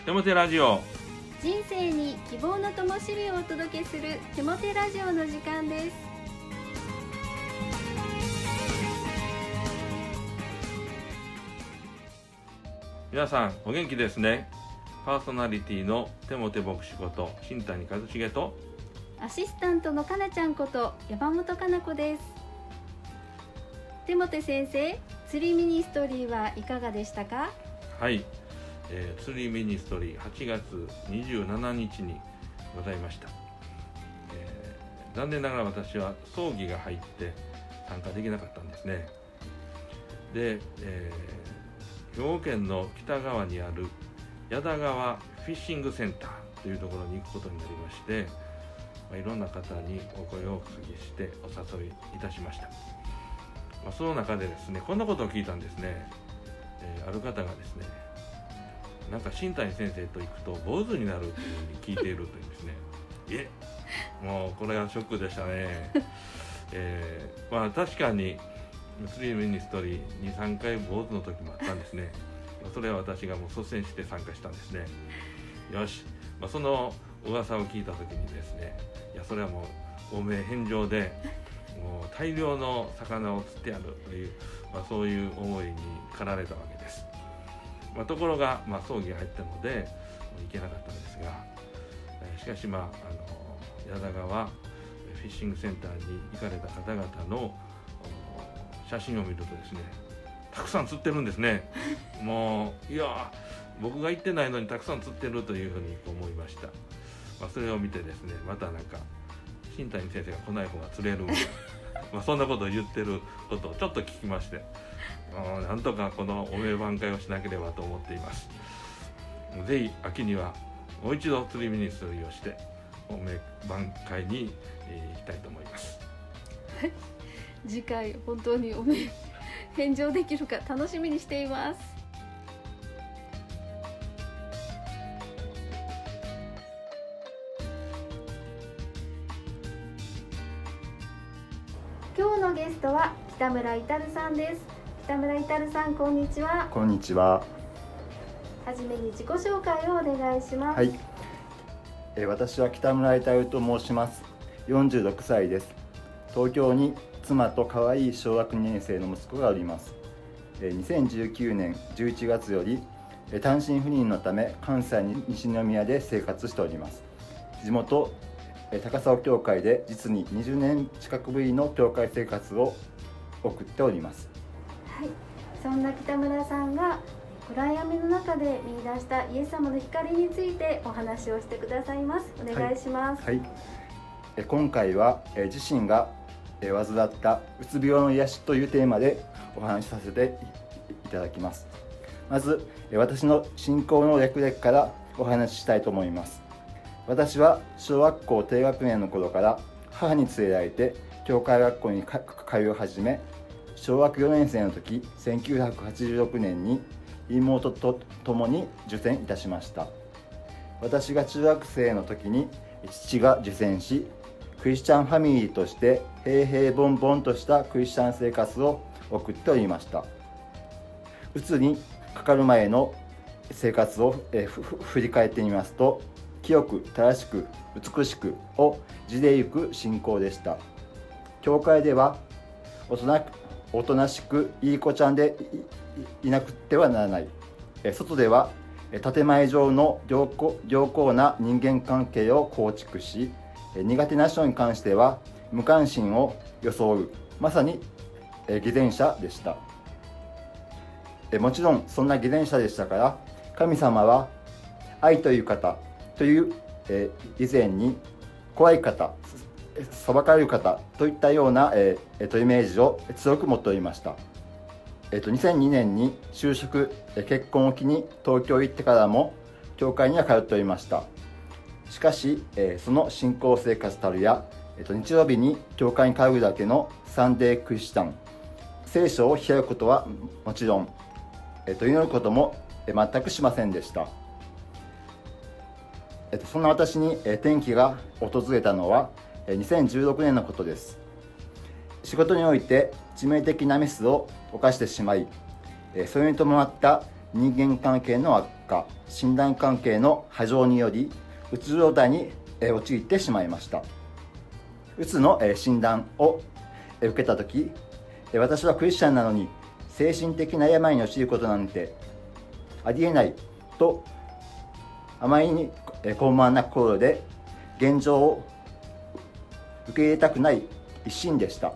テモテラジオ、 人生に希望の灯火をお届けするテモテラジオの時間です。 皆さんお元気ですね。パーソナリティのテモテ牧師こと新谷和重と、 アシスタントのかなちゃんこと山本かな子です。テモテ先生、釣りミニストリーはいかがでしたか？ はい、釣りミニストリー8月27日にございました。残念ながら私は葬儀が入って参加できなかったんですね。で、兵庫県の北側にある矢田川フィッシングセンターというところに行くことになりまして、いろんな方にお声をおかけしてお誘いいたしました。その中でですね、こんなことを聞いたんですね。ある方がですね、なんか新谷先生と行くと坊主になるというふうに聞いているというんですね。もうこれはショックでしたね。確かに釣りミニストリー 2,3 回坊主の時もあったんですね。それは私がもう率先して参加したんですね。よし、その噂を聞いた時にですね、それはもう汚名返上でもう大量の魚を釣ってやるという、そういう思いに駆られたわけです。ところが、葬儀が入ったので行けなかったんですが、しかし矢田川フィッシングセンターに行かれた方々の写真を見るとですね、たくさん釣ってるんですね。もう僕が行ってないのにたくさん釣ってるというふうに思いました。それを見てですね、またなんか新谷先生が来ない方が釣れるそんなことを言ってることをちょっと聞きまして、なんとかこのお名挽回をしなければと思っています。ぜひ秋にはもう一度釣りミニストリーをしてお名挽回に行きたいと思います。 次回本当にお名返上できるか楽しみにしています。今日のゲストは北村至さんです。北村至さん、こんにちは。 こんにちは。 はじめに自己紹介をお願いします。 はい、私は北村至と申します。46歳です。東京に妻と可愛い小学2年生の息子がおります。2019年11月より単身赴任のため関西西宮で生活しております。地元高砂教会で実に20年近くぶりの教会生活を送っております。 はい、そんな北村さんが暗闇の中で見出したイエス様の光についてお話をしてくださいます。お願いします。 はい、今回は自身が患ったうつ病の癒しというテーマでお話しさせていただきます。まず私の信仰の略歴からお話ししたいと思います。私は小学校低学年の頃から母に連れられて教会学校に通い始め、小学4年生の時1986年に妹と共に受洗いたしました。私が中学生の時に父が受洗し、クリスチャンファミリーとして平々凡々としたクリスチャン生活を送っておりました。うつにかかる前の生活を振り返ってみますと、清く正しく美しくを地で行く信仰でした。教会ではおとなしくいい子ちゃんで いなくてはならない。外では建前上の良好な人間関係を構築し、苦手な人に関しては無関心を装う、まさに偽善者でした。もちろんそんな偽善者でしたから、神様は愛という方という以前に怖い方、裁かれる方といったようなイメージを強く持っておりました。2002年に就職結婚を機に東京行ってからも教会には通っておりました。しかしその信仰生活たるや日曜日に教会に通うだけのサンデークリスチャン、聖書を開くことはもちろん祈ることも全くしませんでした。そんな私に転機が訪れたのは2016年のことです。仕事において致命的なミスを犯してしまい、それに伴った人間関係の悪化、信頼関係の波状によりうつ状態に陥ってしまいました。うつの診断を受けたとき、私はクリスチャンなのに精神的な病に陥ることなんてありえないと、あまりに高慢な心で現状を受け入れたくない一心でした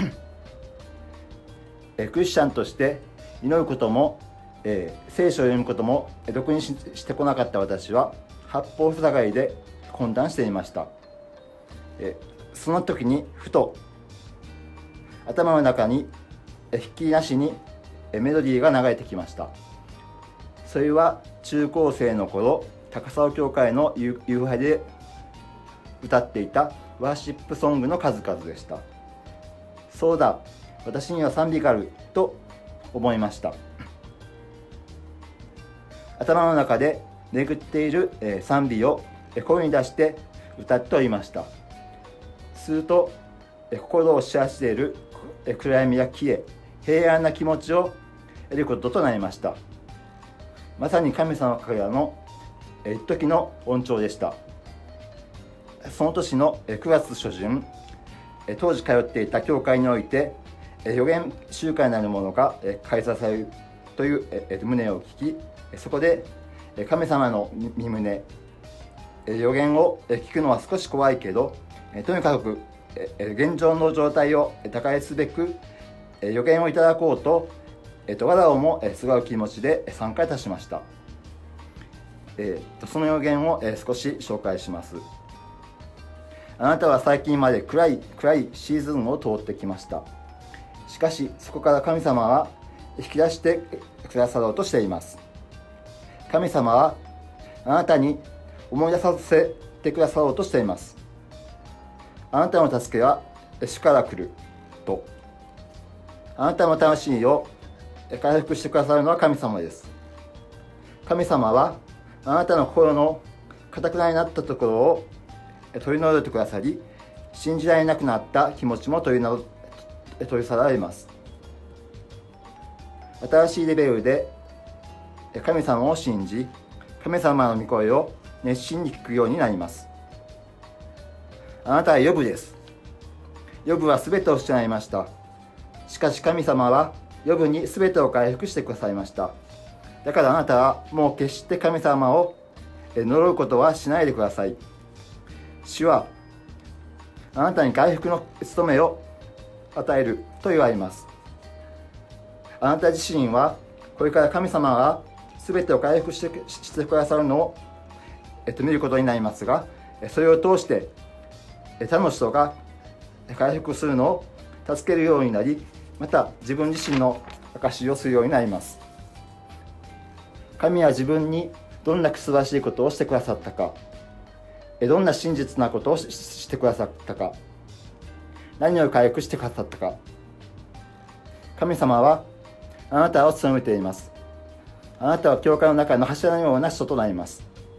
クリスチャンとして祈ることも、聖書を読むこともろくにしてこなかった私は八方塞がりで混乱していました。その時にふと頭の中にひっきりなしにメロディーが流れてきました。それは中高生の頃、高砂教会の夕拝で歌っていたワーシップソングの数々でした。そうだ、私には賛美があると思いました。頭の中で巡っている賛美を声に出して歌っておりました。すると心を幸せている暗闇が消え、平安な気持ちを得ることとなりました。まさに神様からの一時の恩寵でした。その年の9月初旬、当時通っていた教会において預言集会なるものが開催されるという旨を聞き、そこで神様の御旨、預言を聞くのは少し怖いけど、とにかく現状の状態を打開すべく預言をいただこうと、わらをもすがる気持ちで参加いたしました。その預言を少し紹介します。あなたは最近まで暗いシーズンを通ってきました。しかしそこから神様は引き出してくださろうとしています。神様はあなたに思い出させてくださろうとしています。あなたの助けは主から来ると。あなたの魂を回復してくださるのは神様です。神様はあなたの心の堅くなになったところを取り除いてくださり、信じられなくなった気持ちも取り去られます。新しいレベルで神様を信じ、神様の御声を熱心に聞くようになります。あなたはヨブです。ヨブはすべてを失いました。しかし神様はヨブにすべてを回復してくださいました。だからあなたはもう決して神様を呪うことはしないでください。主はあなたに回復の務めを与えると言われます。あなた自身はこれから神様が全てを回復してくださるのを、見ることになりますが、それを通して他の人が回復するのを助けるようになり、また自分自身の証しをするようになります。神は自分にどんな素晴らしいことをしてくださったか、どんな真実なことをしてくださったか、何を回復してくださったか。神様はあなたを務めています。あなたは教会の中の柱のような人となります。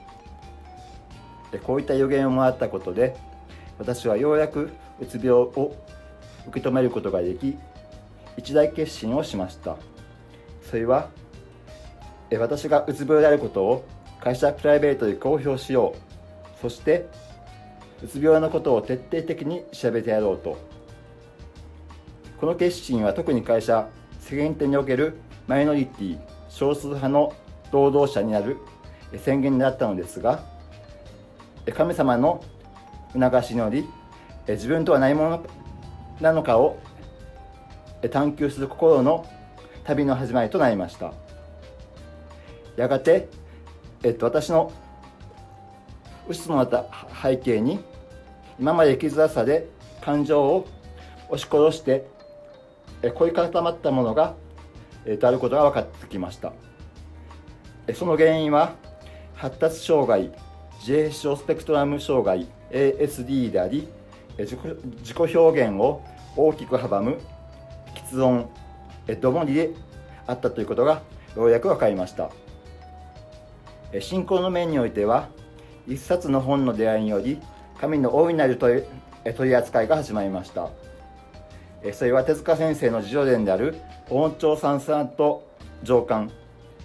こういった予言をもらったことで、私はようやくうつ病を受け止めることができ、一大決心をしました。それは私がうつ病であることを会社プライベートで公表しよう。そしてうつ病のことを徹底的に調べてやろうと。この決心は特に会社世間体におけるマイノリティ少数派の労働者になる宣言であったのですが、神様の促しにより自分とは何者なのかを探求する心の旅の始まりとなりました。やがて、私のうつとなった背景に、今まで生きづらさで感情を押し殺して凝り固まったものがあることが分かってきました。その原因は発達障害、自閉症スペクトラム障害 ASD であり、自己表現を大きく阻む喫音どもりであったということがようやく分かりました。信仰の面においては、一冊の本の出会いにより神の大いなる取り扱いが始まりました。それは手塚先生の自叙伝である恩寵さんさんと上巻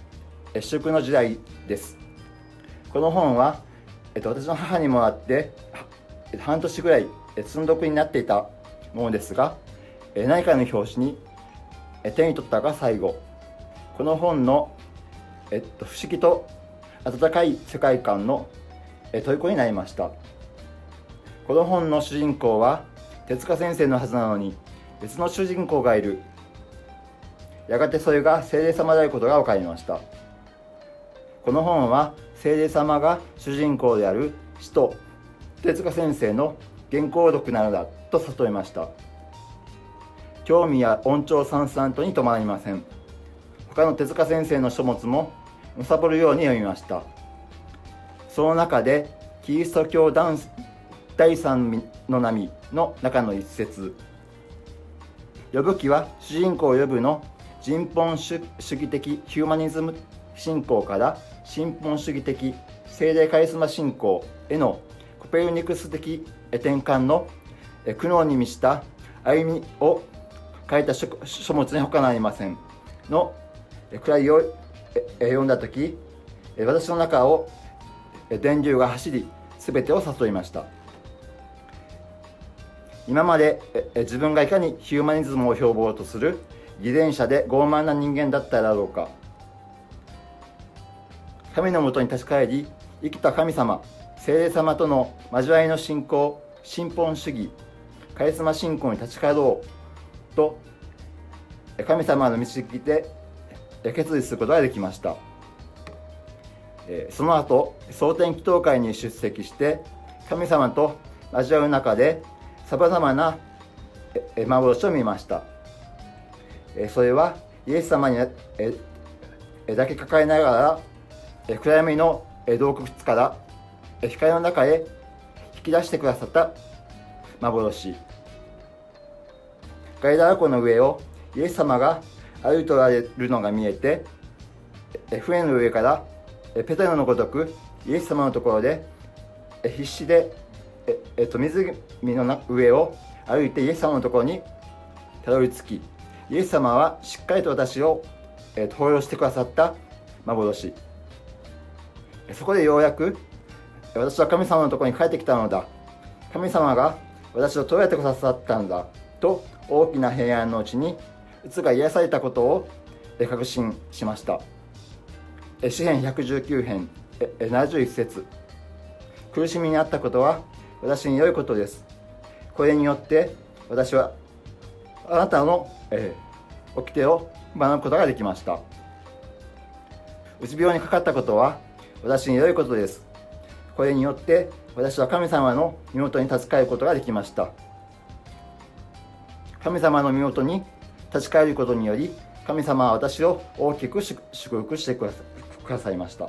祝の時代です。この本は、私の母にもらって半年ぐらい積んどくになっていたものですが、何かの表紙に手に取ったが最後。この本の、不思議と温かい世界観の虜になりました。この本の主人公は手塚先生のはずなのに別の主人公がいる。やがてそれが聖霊様であることが分かりました。この本は聖霊様が主人公である使徒手塚先生の原稿録なのだと悟りました。興味や恩寵さんさんとに止まりません。他の手塚先生の書物も貪るように読みました。その中でキリスト教第三の波の中の一節、呼ぶ記は主人公呼ぶの人本主義的ヒューマニズム信仰から新本主義的聖霊カリスマ信仰へのコペルニクス的転換の苦悩に満ちた歩みを書いた書物に他なりませんのくらいを読んだとき、私の中を電流が走り全てを悟りました。今まで自分がいかにヒューマニズムを標榜とする偽善者で傲慢な人間だっただろうか。神のもとに立ち返り生きた神様聖霊様との交わりの信仰新本主義カリスマ信仰に立ち返ろうと神様の導きで決意することができました。その後蒼天祈祷会に出席して神様と交わる中でさまざまな幻を見ました。それはイエス様にだけ抱えながら暗闇の洞窟から光の中へ引き出してくださった幻。ガイダラ湖の上をイエス様が歩いておられるのが見えて、船の上からペテロのごとくイエス様のところで必死で湖の上を歩いてイエス様のところにたどり着き、イエス様はしっかりと私を抱擁してくださった幻。そこでようやく私は神様のところに帰ってきたのだ、神様が私を捉えてくださったんだと大きな平安のうちに鬱が癒されたことを確信しました。詩編119編71節、苦しみにあったことは私に良いことです。これによって私はあなたの掟を学ぶことができました。うつ病にかかったことは私に良いことです。これによって私は神様の身元に立ち返ることができました。神様の身元に立ち返ることにより神様は私を大きく祝福してくださいました。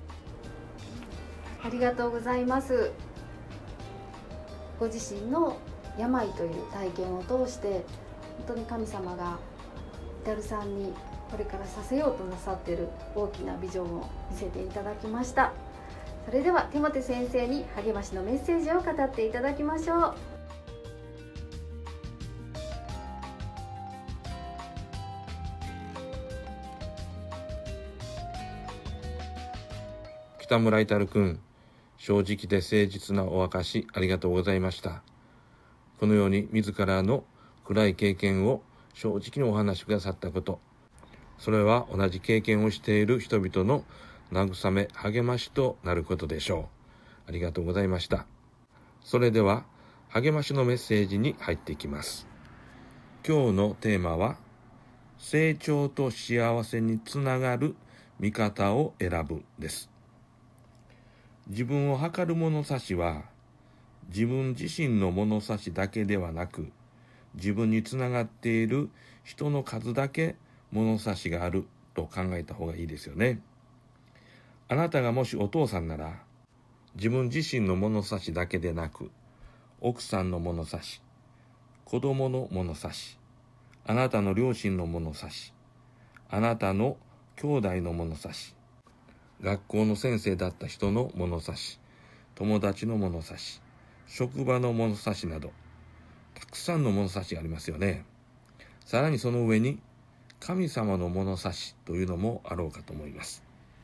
ありがとうございます。ご自身の病という体験を通して本当に神様がイタルさんにこれからさせようとなさっている大きなビジョンを見せていただきました。それではテモテ先生に励ましのメッセージを語っていただきましょう。 北村イタル君、正直で誠実なお証ありがとうございました。このように自らの暗い経験を正直にお話しくださったこと、それは同じ経験をしている人々の慰め励ましとなることでしょう。ありがとうございました。それでは励ましのメッセージに入っていきます。今日のテーマは成長と幸せにつながる見方を選ぶです。自分を測る物差しは自分自身の物差しだけではなく、自分につながっている人の数だけ物差しがあると考えた方がいいですよね。あなたがもしお父さんなら、自分自身の物差しだけでなく、奥さんの物差し、子供の物差し、あなたの両親の物差し、あなたの兄弟の物差し、学校の先生だった人の物差し、友達の物差し、職場の物差しなど、たくさんの物差しがありますよね。さらにその上に神様の物差しというのもあろうかと思います。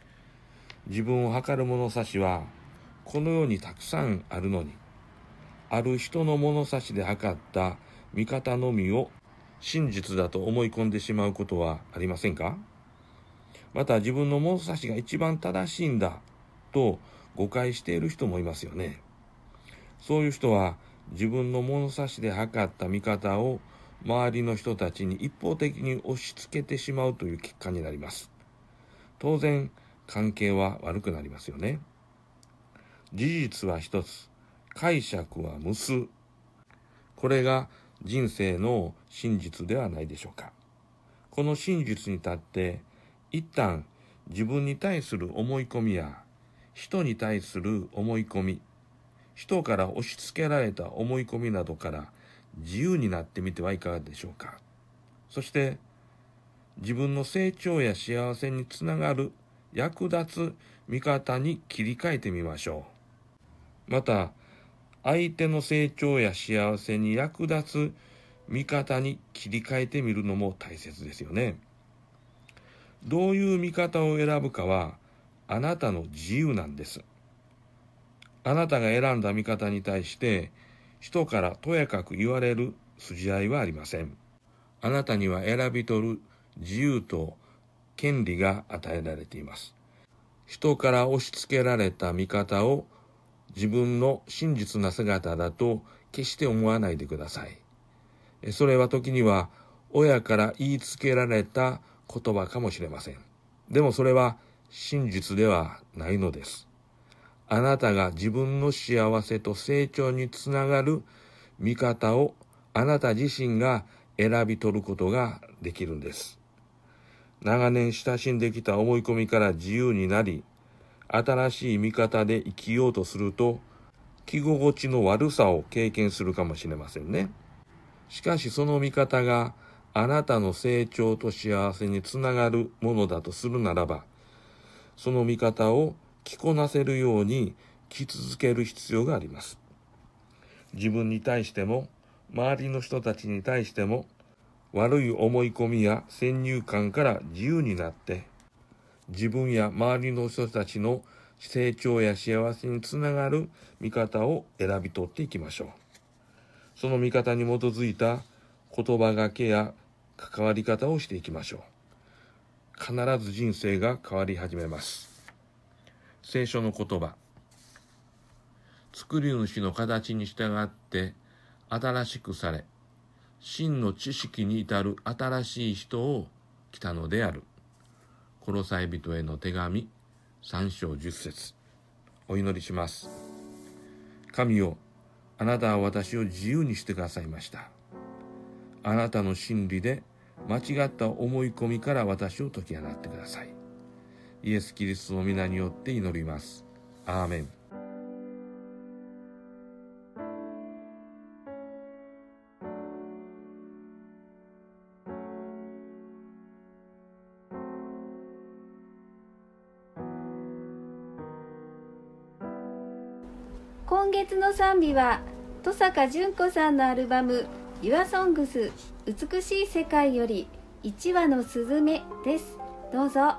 自分を測る物差しはこの世にたくさんあるのに、ある人の物差しで測った見方のみを真実だと思い込んでしまうことはありませんか？また自分の物差しが一番正しいんだと誤解している人もいますよね。そういう人は自分の物差しで測った見方を周りの人たちに一方的に押し付けてしまうという結果になります。当然関係は悪くなりますよね。事実は一つ、解釈は無数。これが人生の真実ではないでしょうか。この真実に立って一旦自分に対する思い込みや人に対する思い込み、人から押し付けられた思い込みなどから自由になってみてはいかがでしょうか。そして自分の成長や幸せにつながる役立つ見方に切り替えてみましょう。また相手の成長や幸せに役立つ見方に切り替えてみるのも大切ですよね。どういう見方を選ぶかはあなたの自由なんです。あなたが選んだ見方に対して人からとやかく言われる筋合いはありません。あなたには選び取る自由と権利が与えられています。人から押し付けられた見方を自分の真実な姿だと決して思わないでください。それは時には親から言いつけられた言葉かもしれません。でもそれは真実ではないのです。あなたが自分の幸せと成長につながる見方をあなた自身が選び取ることができるんです。長年親しんできた思い込みから自由になり、新しい見方で生きようとすると、着心地の悪さを経験するかもしれませんね。しかしその見方があなたの成長と幸せにつながるものだとするならば、その見方を着こなせるように着続ける必要があります。自分に対しても周りの人たちに対しても悪い思い込みや先入観から自由になって、自分や周りの人たちの成長や幸せにつながる見方を選び取っていきましょう。その見方に基づいた言葉がけや関わり方をしていきましょう。必ず人生が変わり始めます。聖書の言葉、作り主の形に従って新しくされ、真の知識に至る新しい人を来たのである。コロサイ人への手紙3章10節。お祈りします。神よ、あなたは私を自由にしてくださいました。あなたの真理で間違った思い込みから私を解き放ってください。イエス・キリストの皆によって祈ります。アーメン。 今月の賛美は登坂淳子さんのアルバム「YourSongs 美しい世界」より1羽のスズメです。どうぞ。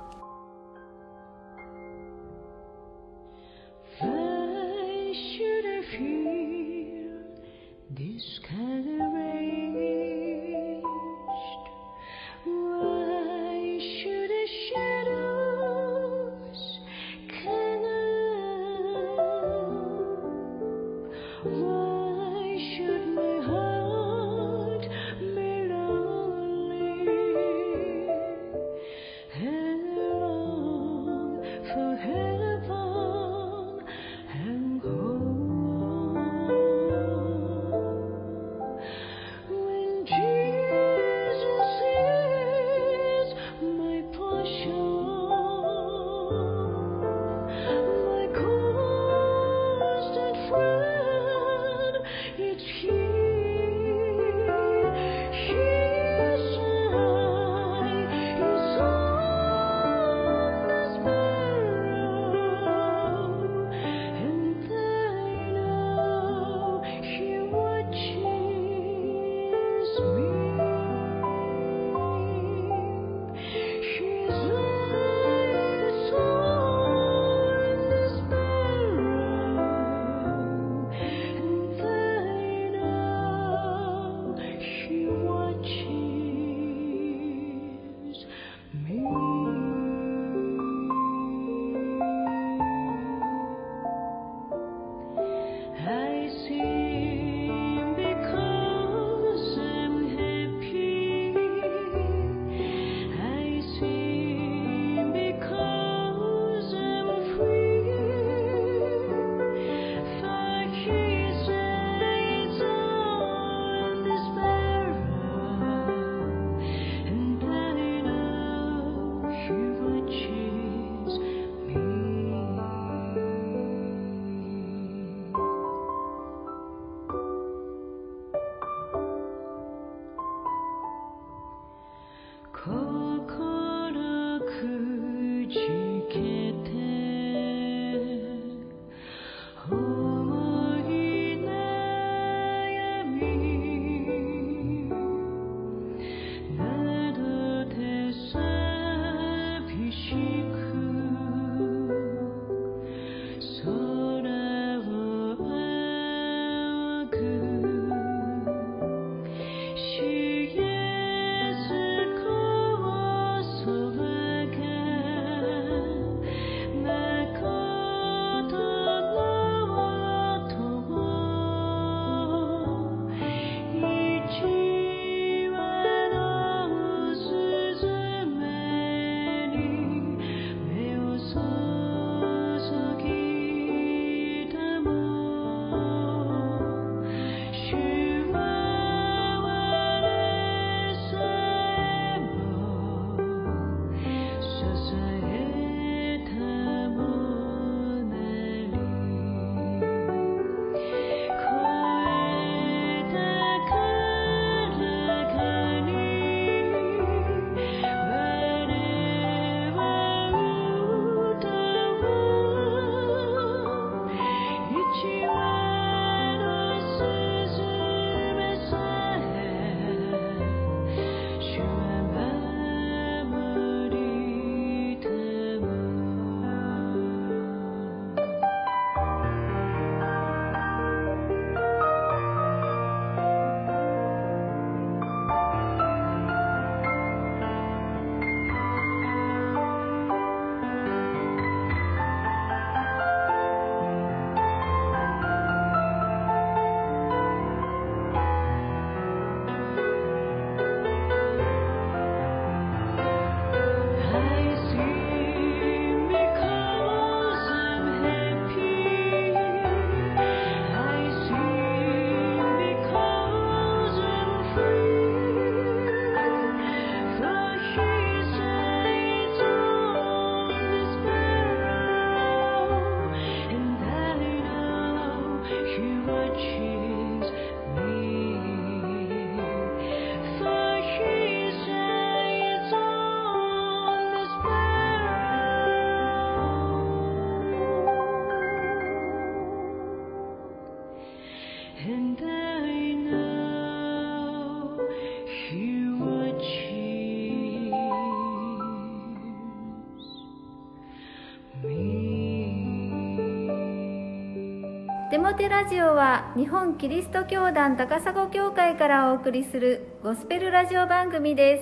デモテラジオは日本キリスト教団高砂教会からお送りするゴスペルラジオ番組です。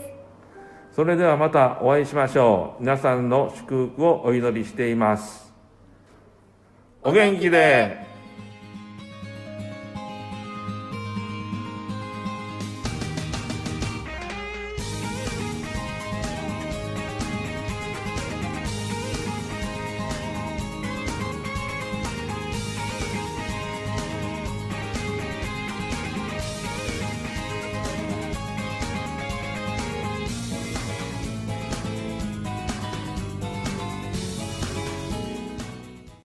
それではまたお会いしましょう。皆さんの祝福をお祈りしています。お元気で。